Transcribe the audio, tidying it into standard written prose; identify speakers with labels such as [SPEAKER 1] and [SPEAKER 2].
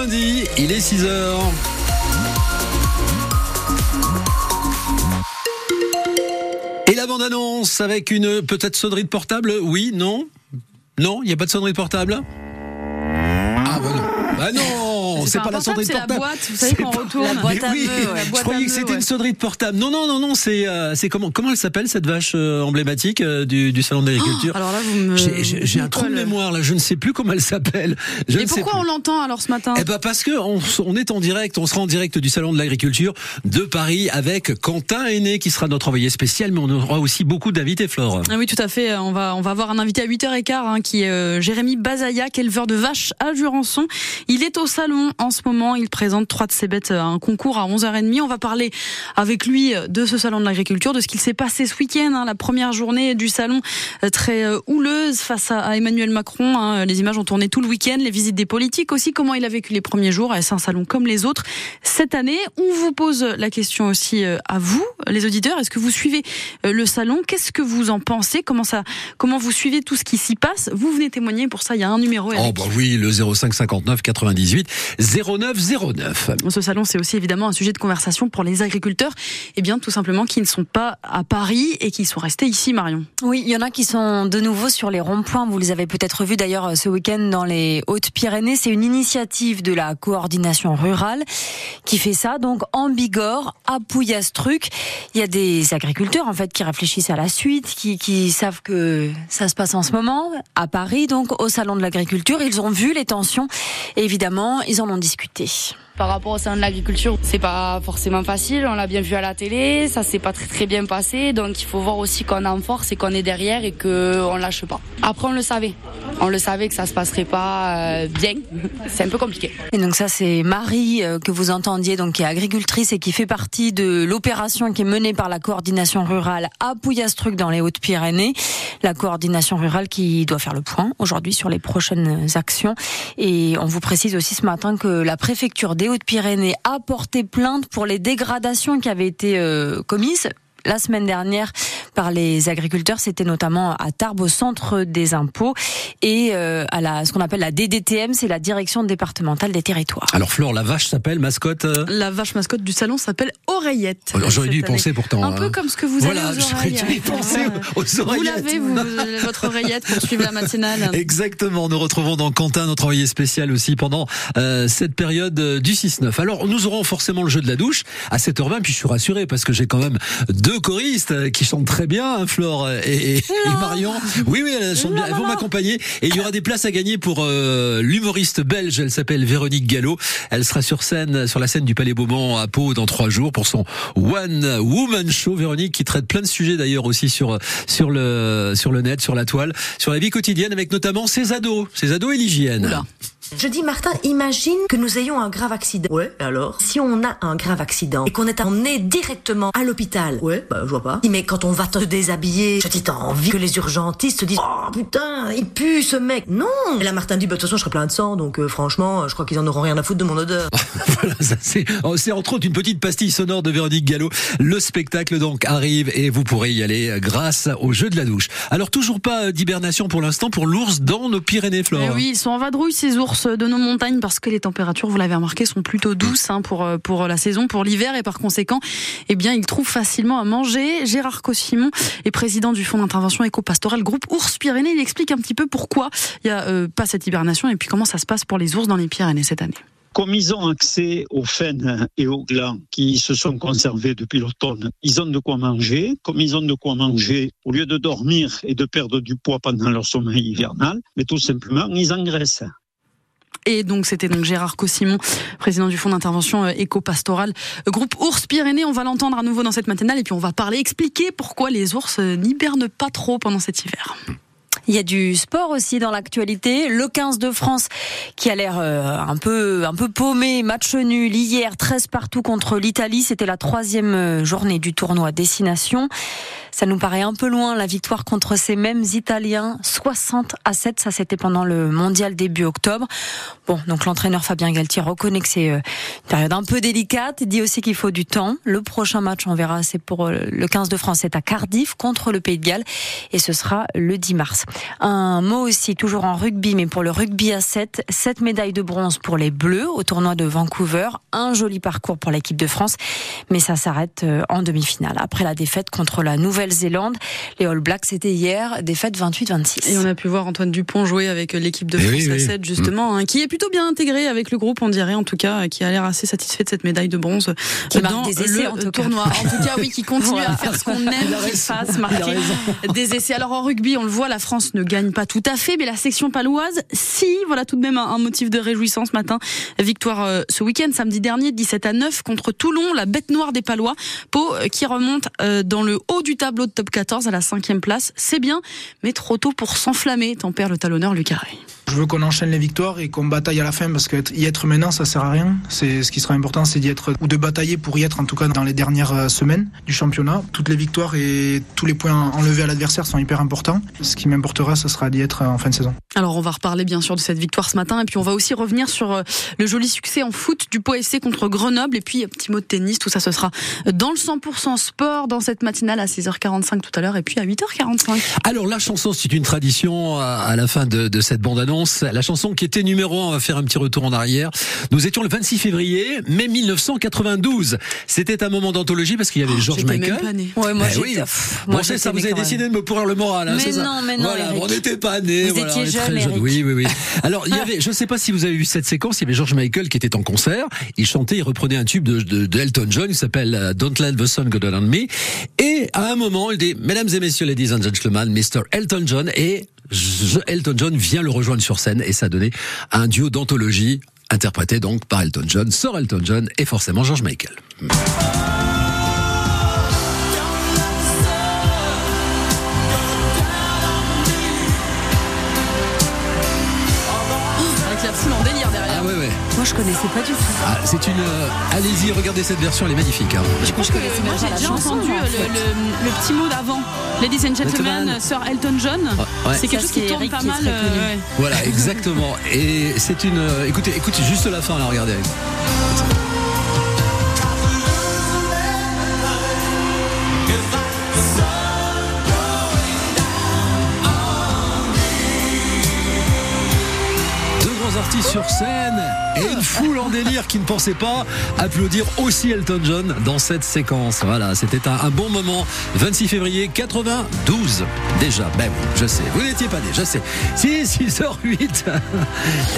[SPEAKER 1] lundi, il est 6h. Et la bande-annonce avec une peut-être sonnerie de portable. Oui, non, il n'y a pas de sonnerie de portable. Ah bah non. Bah non, c'est pas la sonnerie de portable.
[SPEAKER 2] C'est la boîte, vous savez, qu'on retourne.
[SPEAKER 1] La boîte à vœux. Je croyais que c'était une sonnerie de portable. Non, c'est comment elle s'appelle cette vache emblématique du salon de l'agriculture?
[SPEAKER 2] Alors là, vous me...
[SPEAKER 1] J'ai un trou de mémoire là, je ne sais plus comment elle s'appelle.
[SPEAKER 2] Et pourquoi on l'entend alors ce matin?
[SPEAKER 1] Eh ben parce que on est en direct, on sera en direct du salon de l'agriculture de Paris avec Quentin Henné qui sera notre envoyé spécial, mais on aura aussi beaucoup d'invités, Flore.
[SPEAKER 2] Ah oui, tout à fait. On va avoir un invité à 8h15 qui est Jérémy Bazaillac, éleveur de vaches à Jurançon. Il est au salon en ce moment. Il présente 3 de ses bêtes à un concours à 11h30. On va parler avec lui de ce salon de l'agriculture, de ce qu'il s'est passé ce week-end, la première journée du salon très houleuse face à Emmanuel Macron. Les images ont tourné tout le week-end, les visites des politiques aussi, comment il a vécu les premiers jours. C'est un salon comme les autres cette année. On vous pose la question aussi à vous, les auditeurs. Est-ce que vous suivez le salon? Qu'est-ce que vous en pensez? Comment vous suivez tout ce qui s'y passe? Vous venez témoigner. Pour ça, il y a un numéro.
[SPEAKER 1] Oh bah oui, le 05 59 98 09 09.
[SPEAKER 2] Ce salon, c'est aussi évidemment un sujet de conversation pour les agriculteurs, tout simplement qui ne sont pas à Paris et qui sont restés ici, Marion.
[SPEAKER 3] Oui, il y en a qui sont de nouveau sur les ronds-points. Vous les avez peut-être vus d'ailleurs ce week-end dans les Hautes-Pyrénées. C'est une initiative de la coordination rurale qui fait ça, donc en Bigorre, à Pouillastruc. Il y a des agriculteurs en fait qui réfléchissent à la suite, qui savent que ça se passe en ce moment à Paris, donc au salon de l'agriculture. Ils ont vu les tensions et évidemment, ils en ont discuté.
[SPEAKER 4] Par rapport au salon de l'agriculture, c'est pas forcément facile, on l'a bien vu à la télé, ça s'est pas très bien passé, donc il faut voir aussi qu'on est en force et qu'on est derrière et qu'on lâche pas. Après on le savait que ça se passerait pas bien, c'est un peu compliqué.
[SPEAKER 3] Et donc ça c'est Marie que vous entendiez, donc qui est agricultrice et qui fait partie de l'opération qui est menée par la coordination rurale à Pouillastruc dans les Hautes-Pyrénées. La coordination rurale qui doit faire le point aujourd'hui sur les prochaines actions. Et on vous précise aussi ce matin que la préfecture des Hautes-Pyrénées a porté plainte pour les dégradations qui avaient été commises la semaine dernière par les agriculteurs. C'était notamment à Tarbes, au centre des impôts, et à ce qu'on appelle la DDTM, c'est la direction départementale des territoires.
[SPEAKER 1] Alors Flore, la vache s'appelle mascotte
[SPEAKER 2] La vache mascotte du salon s'appelle Oreillette.
[SPEAKER 1] Alors j'aurais dû y penser pourtant.
[SPEAKER 2] Un peu comme ce que vous avez aux oreilles.
[SPEAKER 1] J'aurais dû y penser aux oreillettes.
[SPEAKER 2] Vous l'avez, votre oreillette pour suivre la matinale.
[SPEAKER 1] Exactement, nous retrouvons dans Quentin, notre envoyé spécial aussi, pendant cette période du 6-9. Alors nous aurons forcément le jeu de la douche à 7h20, puis je suis rassuré parce que j'ai quand même 2 choristes qui chantent très bien, Flore et Marion. Oui, elles chantent bien, elles vont m'accompagner. Et il y aura des places à gagner pour l'humoriste belge, elle s'appelle Véronique Gallo. Elle sera sur la scène du Palais Beaumont à Pau dans 3 jours pour son One Woman Show. Véronique qui traite plein de sujets d'ailleurs aussi sur le net, sur la toile, sur la vie quotidienne, avec notamment ses ados et l'hygiène.
[SPEAKER 2] Oula.
[SPEAKER 5] Je dis, Martin, imagine que nous ayons un grave accident. Ouais, alors? Si on a un grave accident et qu'on est emmené directement à l'hôpital. Ouais, je vois pas. Mais quand on va te déshabiller, je dis, t'as envie que les urgentistes te disent, oh putain, il pue ce mec. Non! Et là, Martin dit, de toute façon, je serai plein de sang, donc franchement, je crois qu'ils en auront rien à foutre de mon odeur.
[SPEAKER 1] Voilà, c'est entre autres une petite pastille sonore de Véronique Gallo. Le spectacle donc arrive et vous pourrez y aller grâce au jeu de la douche. Alors toujours pas d'hibernation pour l'instant pour l'ours dans nos Pyrénées, Flore.
[SPEAKER 2] Mais oui, ils sont en vadrouille ces ours de nos montagnes parce que les températures, vous l'avez remarqué, sont plutôt douces pour la saison, pour l'hiver, et par conséquent, ils trouvent facilement à manger. Gérard Cossimon est président du fonds d'intervention éco-pastorale Groupe Ours Pyrénées. Il explique un petit peu pourquoi il n'y a pas cette hibernation et puis comment ça se passe pour les ours dans les Pyrénées cette année.
[SPEAKER 6] Comme ils ont accès aux faines et aux glands qui se sont conservés depuis l'automne, ils ont de quoi manger. Comme ils ont de quoi manger, au lieu de dormir et de perdre du poids pendant leur sommeil hivernal, mais tout simplement, ils engraissent.
[SPEAKER 2] Et donc, c'était Gérard Cossimon, président du fonds d'intervention éco-pastorale Groupe Ours Pyrénées. On va l'entendre à nouveau dans cette matinale et puis on va expliquer pourquoi les ours n'hibernent pas trop pendant cet hiver.
[SPEAKER 3] Il y a du sport aussi dans l'actualité. Le 15 de France qui a l'air un peu paumé, match nul hier, 13 partout contre l'Italie. C'était la 3e journée du tournoi Destination. Ça nous paraît un peu loin, la victoire contre ces mêmes Italiens, 60-7. Ça, c'était pendant le mondial début octobre. Bon, donc l'entraîneur Fabien Galtier reconnaît que c'est une période un peu délicate. Il dit aussi qu'il faut du temps. Le prochain match, on verra, c'est pour le 15 de France, c'est à Cardiff contre le Pays de Galles. Et ce sera le 10 mars. Un mot aussi, toujours en rugby, mais pour le rugby à 7 médailles de bronze pour les Bleus au tournoi de Vancouver. Un joli parcours pour l'équipe de France, mais ça s'arrête en demi-finale. Après la défaite contre la Nouvelle-Zélande, les All Blacks, c'était hier, défaite 28-26.
[SPEAKER 2] Et on a pu voir Antoine Dupont jouer avec l'équipe de France à 7, justement, qui est plutôt bien intégré avec le groupe, on dirait, en tout cas, qui a l'air assez satisfait de cette médaille de bronze dans
[SPEAKER 3] des essais,
[SPEAKER 2] le tournoi. En tout cas, oui, qui continue à faire ce qu'on aime qu'il fasse, marquer des essais. Alors en rugby, on le voit, la France ne gagne pas tout à fait, mais la section paloise, si, voilà tout de même un motif de réjouissance ce matin. Victoire ce week-end, samedi dernier, 17-9 contre Toulon, la bête noire des Palois. Pau qui remonte dans le haut du tableau de top 14 à la 5e place. C'est bien, mais trop tôt pour s'enflammer, tempère le talonneur Lucas Rey.
[SPEAKER 7] Je veux qu'on enchaîne les victoires et qu'on bataille à la fin, parce qu'y être maintenant, ça sert à rien. C'est ce qui sera important, c'est d'y être, ou de batailler pour y être, en tout cas dans les dernières semaines du championnat. Toutes les victoires et tous les points enlevés à l'adversaire sont hyper importants. Ce qui m'importera, ce sera d'y être en fin de saison.
[SPEAKER 2] Alors on va reparler bien sûr de cette victoire ce matin, et puis on va aussi revenir sur le joli succès en foot du Pau FC contre Grenoble, et puis un petit mot de tennis. Tout ça, ce sera dans le 100% sport dans cette matinale à 6h45 tout à l'heure, et puis à 8h45.
[SPEAKER 1] Alors la chanson, c'est une tradition à la fin de cette bande-annonce. La chanson qui était numéro 1, on va faire un petit retour en arrière. Nous étions le 26 février, mai 1992. C'était un moment d'anthologie parce qu'il y avait George Michael.
[SPEAKER 3] Même pas née. Ouais, moi j'étais.
[SPEAKER 1] Oui. Bon, c'est ça, vous avez décidé de me pourrir le moral. Hein,
[SPEAKER 3] mais
[SPEAKER 1] c'est
[SPEAKER 3] non,
[SPEAKER 1] ça.
[SPEAKER 3] mais non.
[SPEAKER 1] Voilà,
[SPEAKER 3] Eric.
[SPEAKER 1] on n'était pas nés.
[SPEAKER 3] Vous étiez jeune, Eric.
[SPEAKER 1] Oui. Alors il y avait, je ne sais pas si vous avez vu cette séquence, il y avait George Michael qui était en concert. Il chantait, il reprenait un tube de Elton John, il s'appelle Don't Let the Sun Go Down on Me. Et à un moment, il dit, mesdames et messieurs, ladies and gentlemen, Mr. Elton John, et Elton John vient le rejoindre sur scène, et ça a donné un duo d'anthologie interprété donc par Elton John, Sir Elton John et forcément George Michael.
[SPEAKER 2] Avec la foule en délire derrière.
[SPEAKER 1] Ah ouais.
[SPEAKER 3] Moi je connaissais pas du tout.
[SPEAKER 1] Ah, c'est une. Allez-y, regardez cette version, elle est magnifique. Hein.
[SPEAKER 2] Je pense que moi j'ai déjà entendu le petit mot d'avant. Ladies and gentlemen, Sir Elton John.
[SPEAKER 1] Ouais.
[SPEAKER 2] C'est quelque chose qui tourne pas mal.
[SPEAKER 1] Voilà, exactement. Et c'est une. Écoutez juste la fin là, regardez. Artistes sur scène et une foule en délire qui ne pensait pas applaudir aussi Elton John dans cette séquence. Voilà, c'était un bon moment. 26 février 92 déjà. Ben oui, je sais, vous n'étiez pas né, je sais. 6h08.